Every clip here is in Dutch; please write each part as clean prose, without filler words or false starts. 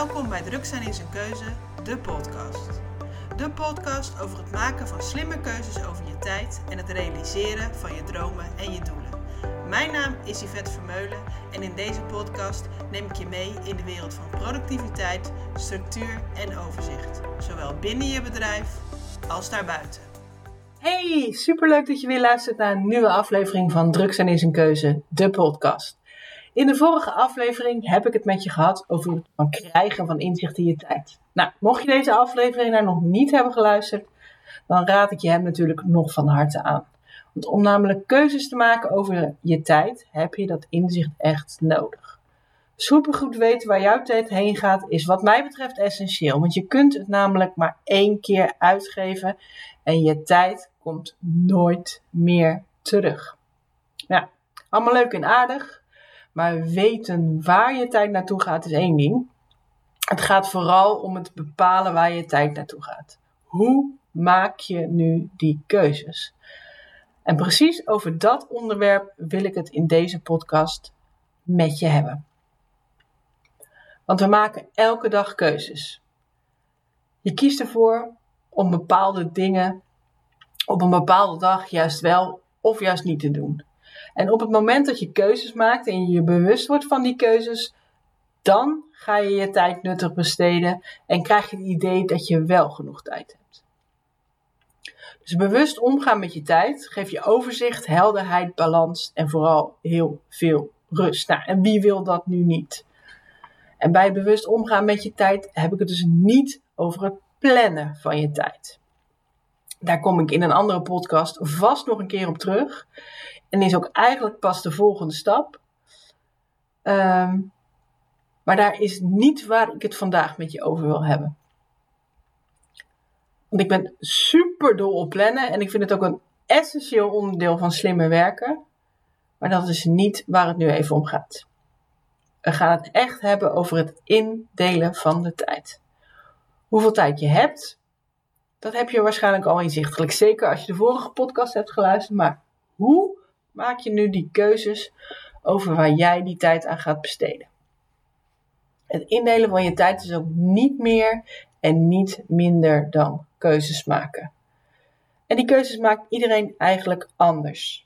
Welkom bij Druk zijn is een keuze, de podcast. De podcast over het maken van slimme keuzes over je tijd en het realiseren van je dromen en je doelen. Mijn naam is Yvette Vermeulen en in deze podcast neem ik je mee in de wereld van productiviteit, structuur en overzicht. Zowel binnen je bedrijf als daarbuiten. Hey, superleuk dat je weer luistert naar een nieuwe aflevering van Druk zijn is een keuze, de podcast. In de vorige aflevering heb ik het met je gehad over het krijgen van inzicht in je tijd. Nou, mocht je deze aflevering nou nog niet hebben geluisterd, dan raad ik je hem natuurlijk nog van harte aan. Want om namelijk keuzes te maken over je tijd, heb je dat inzicht echt nodig. Supergoed weten waar jouw tijd heen gaat, is wat mij betreft essentieel. Want je kunt het namelijk maar 1 keer uitgeven en je tijd komt nooit meer terug. Ja, allemaal leuk en aardig. Maar weten waar je tijd naartoe gaat is 1 ding. Het gaat vooral om het bepalen waar je tijd naartoe gaat. Hoe maak je nu die keuzes? En precies over dat onderwerp wil ik het in deze podcast met je hebben. Want we maken elke dag keuzes. Je kiest ervoor om bepaalde dingen op een bepaalde dag juist wel of juist niet te doen. En op het moment dat je keuzes maakt en je je bewust wordt van die keuzes, dan ga je je tijd nuttig besteden en krijg je het idee dat je wel genoeg tijd hebt. Dus bewust omgaan met je tijd geeft je overzicht, helderheid, balans en vooral heel veel rust. Nou, en wie wil dat nu niet? En bij bewust omgaan met je tijd heb ik het dus niet over het plannen van je tijd. Daar kom ik in een andere podcast vast nog een keer op terug. En is ook eigenlijk pas de volgende stap. Maar daar is niet waar ik het vandaag met je over wil hebben. Want ik ben super dol op plannen. En ik vind het ook een essentieel onderdeel van slimmer werken. Maar dat is niet waar het nu even om gaat. We gaan het echt hebben over het indelen van de tijd. Hoeveel tijd je hebt, dat heb je waarschijnlijk al inzichtelijk. Zeker als je de vorige podcast hebt geluisterd. Maar hoe maak je nu die keuzes over waar jij die tijd aan gaat besteden? Het indelen van je tijd is ook niet meer en niet minder dan keuzes maken. En die keuzes maakt iedereen eigenlijk anders.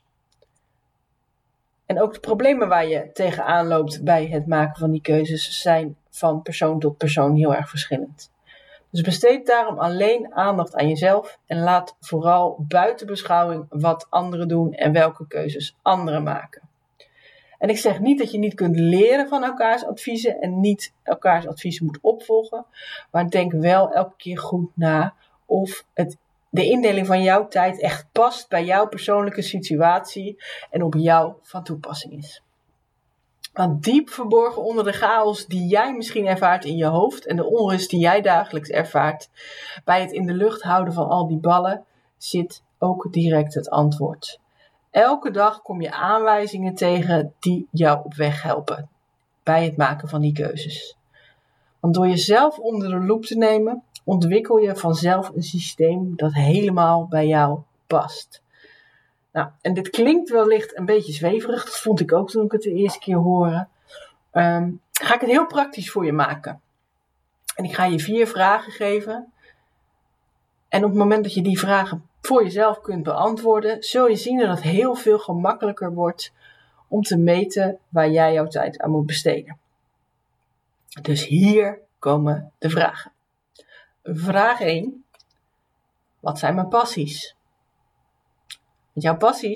En ook de problemen waar je tegenaan loopt bij het maken van die keuzes zijn van persoon tot persoon heel erg verschillend. Dus besteed daarom alleen aandacht aan jezelf en laat vooral buiten beschouwing wat anderen doen en welke keuzes anderen maken. En ik zeg niet dat je niet kunt leren van elkaars adviezen en niet elkaars adviezen moet opvolgen, maar denk wel elke keer goed na of de indeling van jouw tijd echt past bij jouw persoonlijke situatie en op jou van toepassing is. Want diep verborgen onder de chaos die jij misschien ervaart in je hoofd en de onrust die jij dagelijks ervaart bij het in de lucht houden van al die ballen, zit ook direct het antwoord. Elke dag kom je aanwijzingen tegen die jou op weg helpen bij het maken van die keuzes. Want door jezelf onder de loep te nemen, ontwikkel je vanzelf een systeem dat helemaal bij jou past. Nou, en dit klinkt wellicht een beetje zweverig, dat vond ik ook toen ik het de eerste keer hoorde. Ga ik het heel praktisch voor je maken. En ik ga je 4 vragen geven. En op het moment dat je die vragen voor jezelf kunt beantwoorden, zul je zien dat het heel veel gemakkelijker wordt om te meten waar jij jouw tijd aan moet besteden. Dus hier komen de vragen. Vraag 1. Wat zijn mijn passies? Want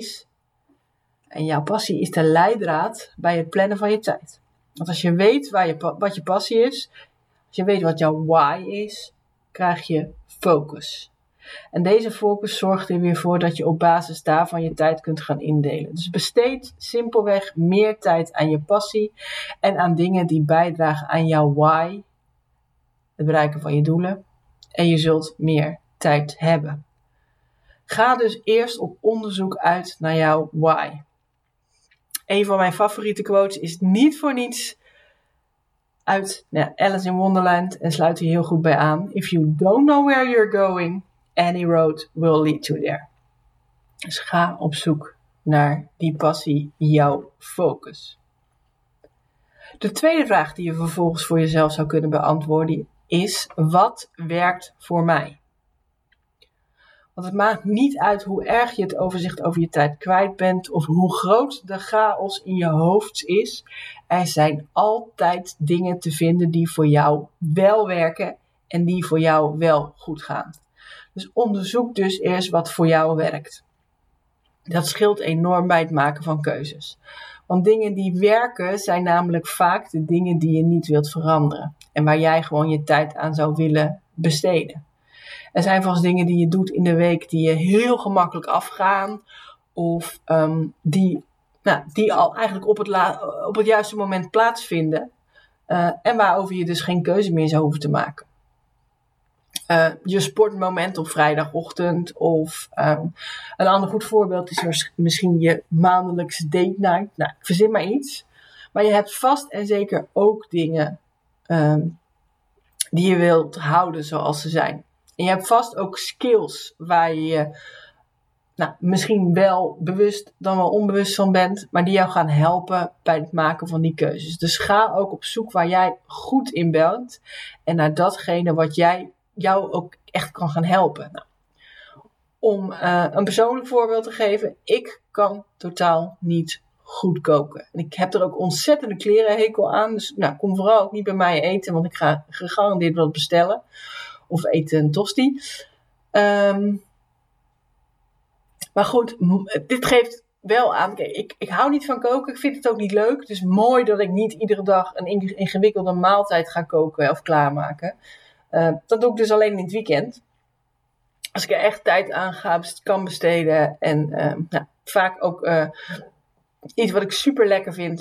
jouw passie is de leidraad bij het plannen van je tijd. Want als je weet wat je passie is, als je weet wat jouw why is, krijg je focus. En deze focus zorgt er weer voor dat je op basis daarvan je tijd kunt gaan indelen. Dus besteed simpelweg meer tijd aan je passie en aan dingen die bijdragen aan jouw why, het bereiken van je doelen. En je zult meer tijd hebben. Ga dus eerst op onderzoek uit naar jouw why. Een van mijn favoriete quotes is niet voor niets uit Alice in Wonderland en sluit hier heel goed bij aan. If you don't know where you're going, any road will lead you there. Dus ga op zoek naar die passie, jouw focus. De tweede vraag die je vervolgens voor jezelf zou kunnen beantwoorden is: wat werkt voor mij? Want het maakt niet uit hoe erg je het overzicht over je tijd kwijt bent of hoe groot de chaos in je hoofd is. Er zijn altijd dingen te vinden die voor jou wel werken en die voor jou wel goed gaan. Dus onderzoek dus eerst wat voor jou werkt. Dat scheelt enorm bij het maken van keuzes. Want dingen die werken zijn namelijk vaak de dingen die je niet wilt veranderen. En waar jij gewoon je tijd aan zou willen besteden. Er zijn vast dingen die je doet in de week die je heel gemakkelijk afgaan. Of die al eigenlijk op het juiste moment plaatsvinden. En waarover je dus geen keuze meer zou hoeven te maken. Je sportmoment op vrijdagochtend. Of een ander goed voorbeeld is misschien je maandelijkse date night. Nou, ik verzin maar iets. Maar je hebt vast en zeker ook dingen die je wilt houden zoals ze zijn. En je hebt vast ook skills waar je misschien wel bewust dan wel onbewust van bent, maar die jou gaan helpen bij het maken van die keuzes. Dus ga ook op zoek waar jij goed in bent en naar datgene wat jou ook echt kan gaan helpen. Nou, om een persoonlijk voorbeeld te geven, ik kan totaal niet goed koken. En ik heb er ook ontzettende klerenhekel aan, dus kom vooral ook niet bij mij eten, want ik ga gegarandeerd wat bestellen. Of eten een tosti. Maar goed, dit geeft wel aan. Kijk, ik hou niet van koken. Ik vind het ook niet leuk. Het is mooi dat ik niet iedere dag een ingewikkelde maaltijd ga koken of klaarmaken. Dat doe ik dus alleen in het weekend. Als ik er echt tijd aan kan besteden. En vaak ook iets wat ik super lekker vind.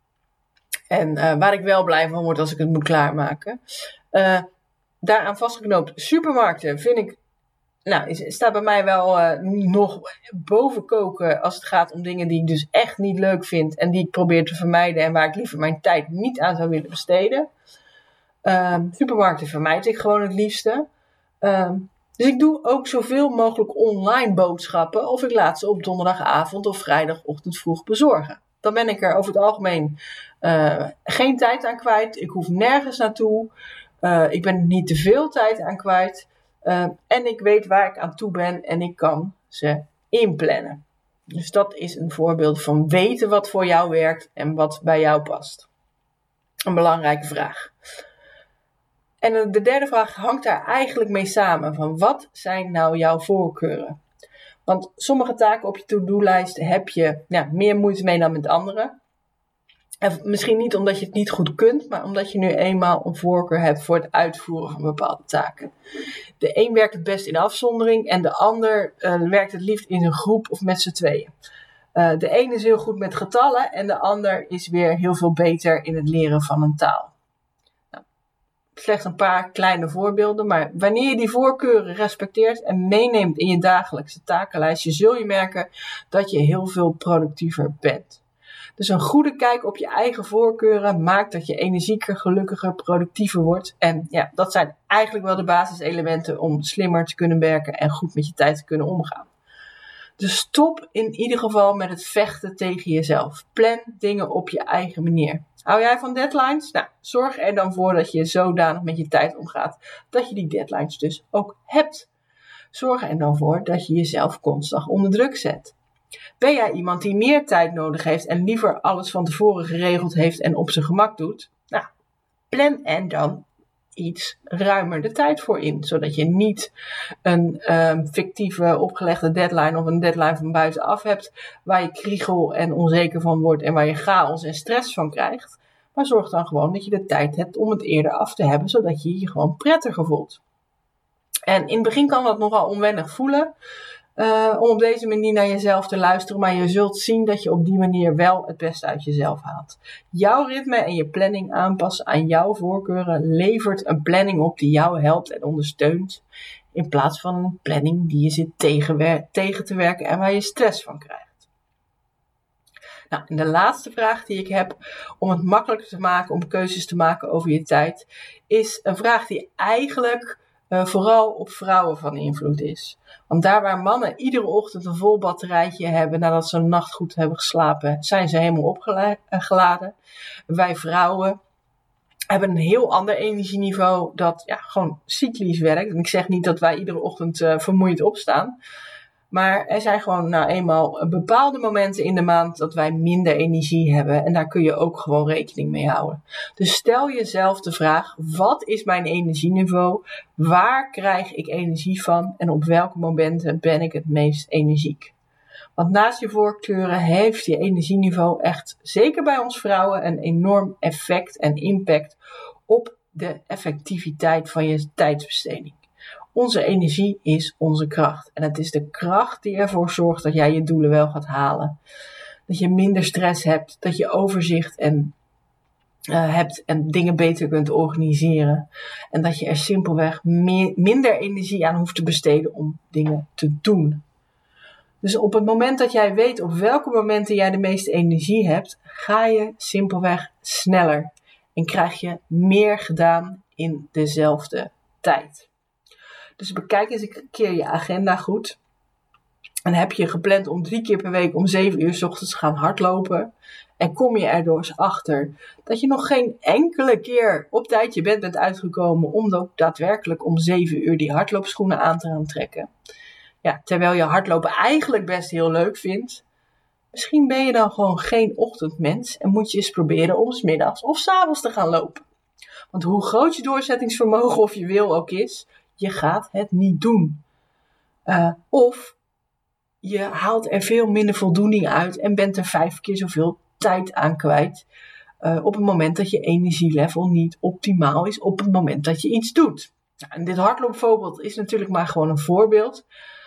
En waar ik wel blij van word als ik het moet klaarmaken. Daaraan vastgeknoopt supermarkten vind ik, staat bij mij wel nog boven koken als het gaat om dingen die ik dus echt niet leuk vind en die ik probeer te vermijden en waar ik liever mijn tijd niet aan zou willen besteden. Supermarkten vermijd ik gewoon het liefste. Dus ik doe ook zoveel mogelijk online boodschappen of ik laat ze op donderdagavond of vrijdagochtend vroeg bezorgen. Dan ben ik er over het algemeen geen tijd aan kwijt. Ik hoef nergens naartoe. Ik ben er niet te veel tijd aan kwijt. En ik weet waar ik aan toe ben en ik kan ze inplannen. Dus dat is een voorbeeld van weten wat voor jou werkt en wat bij jou past. Een belangrijke vraag. En de derde vraag hangt daar eigenlijk mee samen. Van wat zijn nou jouw voorkeuren? Want sommige taken op je to-do-lijst heb je meer moeite mee dan met andere. En misschien niet omdat je het niet goed kunt, maar omdat je nu eenmaal een voorkeur hebt voor het uitvoeren van bepaalde taken. De een werkt het best in afzondering en de ander werkt het liefst in een groep of met z'n tweeën. De ene is heel goed met getallen en de ander is weer heel veel beter in het leren van een taal. Slechts een paar kleine voorbeelden, maar wanneer je die voorkeuren respecteert en meeneemt in je dagelijkse takenlijstje, zul je merken dat je heel veel productiever bent. Dus een goede kijk op je eigen voorkeuren maakt dat je energieker, gelukkiger, productiever wordt. En dat zijn eigenlijk wel de basiselementen om slimmer te kunnen werken en goed met je tijd te kunnen omgaan. Dus stop in ieder geval met het vechten tegen jezelf. Plan dingen op je eigen manier. Hou jij van deadlines? Zorg er dan voor dat je zodanig met je tijd omgaat dat je die deadlines dus ook hebt. Zorg er dan voor dat je jezelf constant onder druk zet. Ben jij iemand die meer tijd nodig heeft en liever alles van tevoren geregeld heeft en op zijn gemak doet? Plan er dan iets ruimer de tijd voor in, zodat je niet een fictieve opgelegde deadline of een deadline van buitenaf hebt waar je kriegel en onzeker van wordt en waar je chaos en stress van krijgt. Maar zorg dan gewoon dat je de tijd hebt om het eerder af te hebben, zodat je je gewoon prettiger voelt. En in het begin kan dat nogal onwennig voelen, om op deze manier naar jezelf te luisteren, maar je zult zien dat je op die manier wel het beste uit jezelf haalt. Jouw ritme en je planning aanpassen aan jouw voorkeuren levert een planning op die jou helpt en ondersteunt, in plaats van een planning die je zit tegen te werken en waar je stress van krijgt. En de laatste vraag die ik heb om het makkelijker te maken om keuzes te maken over je tijd, is een vraag die eigenlijk vooral op vrouwen van invloed is. Want daar waar mannen iedere ochtend een vol batterijtje hebben nadat ze een nacht goed hebben geslapen, zijn ze helemaal opgeladen. Wij vrouwen hebben een heel ander energieniveau dat gewoon cyclisch werkt. En ik zeg niet dat wij iedere ochtend vermoeid opstaan. Maar er zijn gewoon eenmaal bepaalde momenten in de maand dat wij minder energie hebben. En daar kun je ook gewoon rekening mee houden. Dus stel jezelf de vraag, wat is mijn energieniveau? Waar krijg ik energie van? En op welke momenten ben ik het meest energiek? Want naast je voorkeuren heeft je energieniveau echt, zeker bij ons vrouwen, een enorm effect en impact op de effectiviteit van je tijdsbesteding. Onze energie is onze kracht. En het is de kracht die ervoor zorgt dat jij je doelen wel gaat halen. Dat je minder stress hebt, dat je overzicht hebt en dingen beter kunt organiseren. En dat je er simpelweg minder energie aan hoeft te besteden om dingen te doen. Dus op het moment dat jij weet op welke momenten jij de meeste energie hebt, ga je simpelweg sneller. En krijg je meer gedaan in dezelfde tijd. Dus bekijk eens een keer je agenda goed. En heb je gepland om 3 keer per week om 7 uur 's ochtends te gaan hardlopen. En kom je er dus achter dat je nog geen enkele keer op tijd je bed bent uitgekomen om ook daadwerkelijk om 7 uur die hardloopschoenen aan te gaan trekken. Ja, terwijl je hardlopen eigenlijk best heel leuk vindt. Misschien ben je dan gewoon geen ochtendmens en moet je eens proberen om 's middags of 's avonds te gaan lopen. Want hoe groot je doorzettingsvermogen of je wil ook is, je gaat het niet doen. Of je haalt er veel minder voldoening uit en bent er 5 keer zoveel tijd aan kwijt. Op het moment dat je energielevel niet optimaal is op het moment dat je iets doet. Nou, en dit hardloopvoorbeeld is natuurlijk maar gewoon een voorbeeld.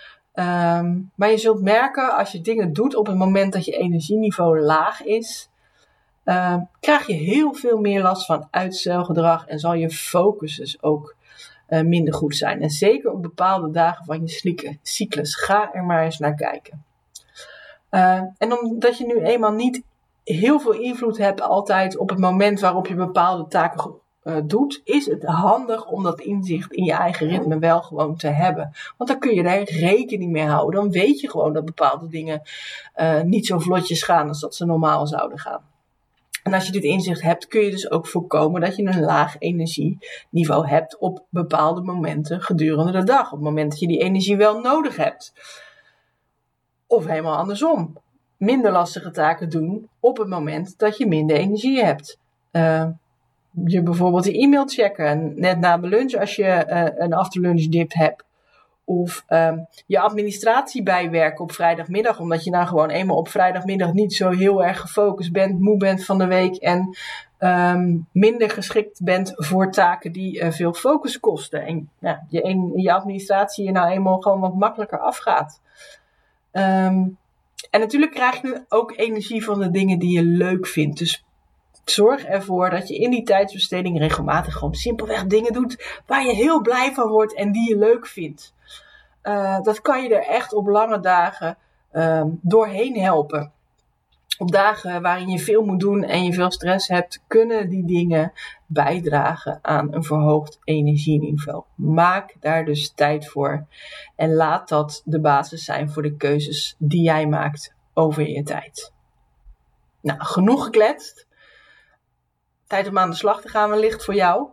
Maar je zult merken als je dingen doet op het moment dat je energieniveau laag is, krijg je heel veel meer last van uitstelgedrag en zal je focus dus ook minder goed zijn. En zeker op bepaalde dagen van je cyclus. Ga er maar eens naar kijken. En omdat je nu eenmaal niet heel veel invloed hebt altijd op het moment waarop je bepaalde taken doet, is het handig om dat inzicht in je eigen ritme wel gewoon te hebben. Want dan kun je daar rekening mee houden. Dan weet je gewoon dat bepaalde dingen niet zo vlotjes gaan als dat ze normaal zouden gaan. En als je dit inzicht hebt, kun je dus ook voorkomen dat je een laag energieniveau hebt op bepaalde momenten gedurende de dag. Op het moment dat je die energie wel nodig hebt. Of helemaal andersom. Minder lastige taken doen op het moment dat je minder energie hebt. Je bijvoorbeeld je e-mail checken net na de lunch als je een afterlunch dip hebt. Of je administratie bijwerken op vrijdagmiddag. Omdat je nou gewoon eenmaal op vrijdagmiddag niet zo heel erg gefocust bent, moe bent van de week. En minder geschikt bent voor taken die veel focus kosten. En je administratie je nou eenmaal gewoon wat makkelijker afgaat. En natuurlijk krijg je ook energie van de dingen die je leuk vindt. Dus zorg ervoor dat je in die tijdsbesteding regelmatig gewoon simpelweg dingen doet waar je heel blij van wordt en die je leuk vindt. Dat kan je er echt op lange dagen doorheen helpen. Op dagen waarin je veel moet doen en je veel stress hebt, kunnen die dingen bijdragen aan een verhoogd energieniveau. Maak daar dus tijd voor en laat dat de basis zijn voor de keuzes die jij maakt over je tijd. Nou, genoeg gekletst. Tijd om aan de slag te gaan wellicht voor jou.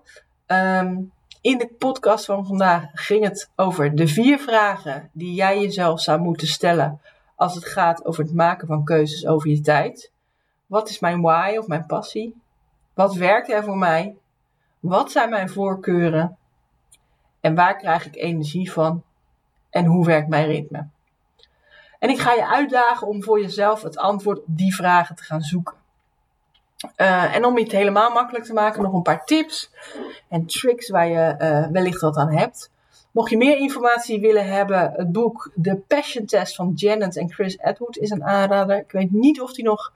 In de podcast van vandaag ging het over de 4 vragen die jij jezelf zou moeten stellen als het gaat over het maken van keuzes over je tijd. Wat is mijn why of mijn passie? Wat werkt er voor mij? Wat zijn mijn voorkeuren? En waar krijg ik energie van? En hoe werkt mijn ritme? En ik ga je uitdagen om voor jezelf het antwoord op die vragen te gaan zoeken. En om je het helemaal makkelijk te maken, nog een paar tips en tricks waar je wellicht wat aan hebt. Mocht je meer informatie willen hebben, het boek The Passion Test van Janet en Chris Atwood is een aanrader. Ik weet niet of die nog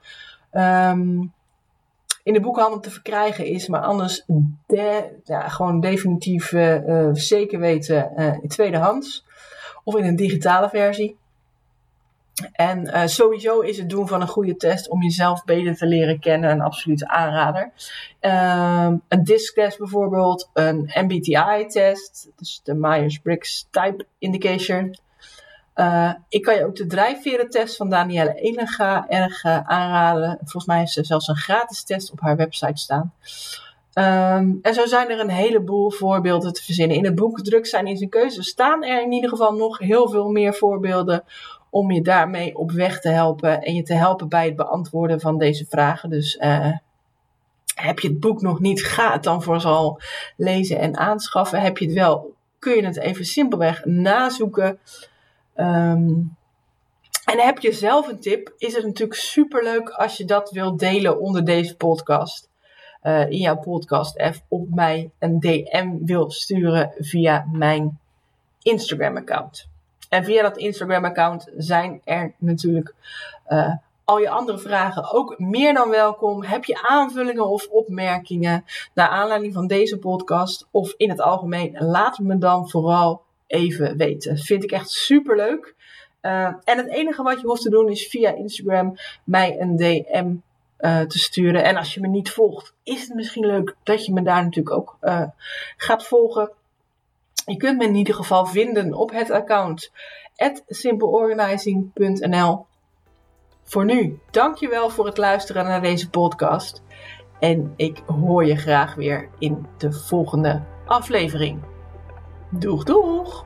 in de boekhandel te verkrijgen is, maar anders gewoon definitief zeker weten in tweedehands of in een digitale versie. En sowieso is het doen van een goede test om jezelf beter te leren kennen een absolute aanrader. Een DISC-test bijvoorbeeld, een MBTI-test, dus de Myers-Briggs Type Indication. Ik kan je ook de drijfverentest van Danielle Elinga erg aanraden. Volgens mij heeft ze zelfs een gratis test op haar website staan. En zo zijn er een heleboel voorbeelden te verzinnen. In het boek Druk zijn in zijn keuze staan er in ieder geval nog heel veel meer voorbeelden om je daarmee op weg te helpen en je te helpen bij het beantwoorden van deze vragen. Dus heb je het boek nog niet, ga het dan vooral lezen en aanschaffen. Heb je het wel, kun je het even simpelweg nazoeken. En heb je zelf een tip, is het natuurlijk superleuk als je dat wilt delen onder deze podcast. In jouw podcast app op mij een DM wil sturen via mijn Instagram account. En via dat Instagram account zijn er natuurlijk al je andere vragen ook meer dan welkom. Heb je aanvullingen of opmerkingen naar aanleiding van deze podcast of in het algemeen, laat me dan vooral even weten. Dat vind ik echt superleuk. En het enige wat je hoeft te doen is via Instagram mij een DM te sturen. En als je me niet volgt, is het misschien leuk dat je me daar natuurlijk ook gaat volgen. Je kunt me in ieder geval vinden op het account @simpleorganizing.nl. Voor nu, dankjewel voor het luisteren naar deze podcast. En ik hoor je graag weer in de volgende aflevering. Doeg doeg!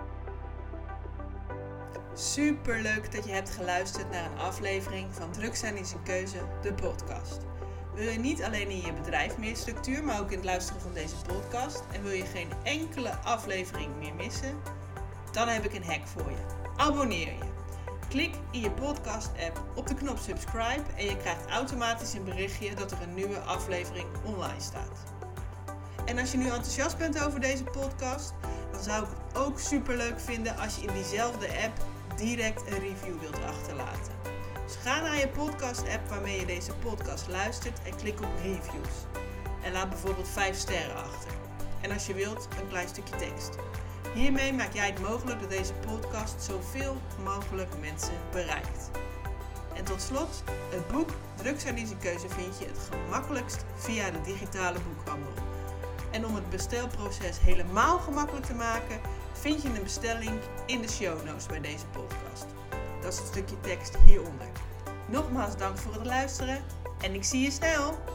Super leuk dat je hebt geluisterd naar een aflevering van Druk zijn in zijn keuze, de podcast. Wil je niet alleen in je bedrijf meer structuur, maar ook in het luisteren van deze podcast en wil je geen enkele aflevering meer missen? Dan heb ik een hack voor je. Abonneer je. Klik in je podcast-app op de knop subscribe en je krijgt automatisch een berichtje dat er een nieuwe aflevering online staat. En als je nu enthousiast bent over deze podcast, dan zou ik het ook super leuk vinden als je in diezelfde app direct een review wilt achterlaten. Dus ga naar je podcast-app waarmee je deze podcast luistert en klik op reviews. En laat bijvoorbeeld 5 sterren achter. En als je wilt, een klein stukje tekst. Hiermee maak jij het mogelijk dat deze podcast zoveel mogelijk mensen bereikt. En tot slot, het boek Druk zijn in zijn keuze vind je het gemakkelijkst via de digitale boekhandel. En om het bestelproces helemaal gemakkelijk te maken, vind je een bestelling in de show notes bij deze podcast. Dat is het stukje tekst hieronder. Nogmaals dank voor het luisteren en ik zie je snel!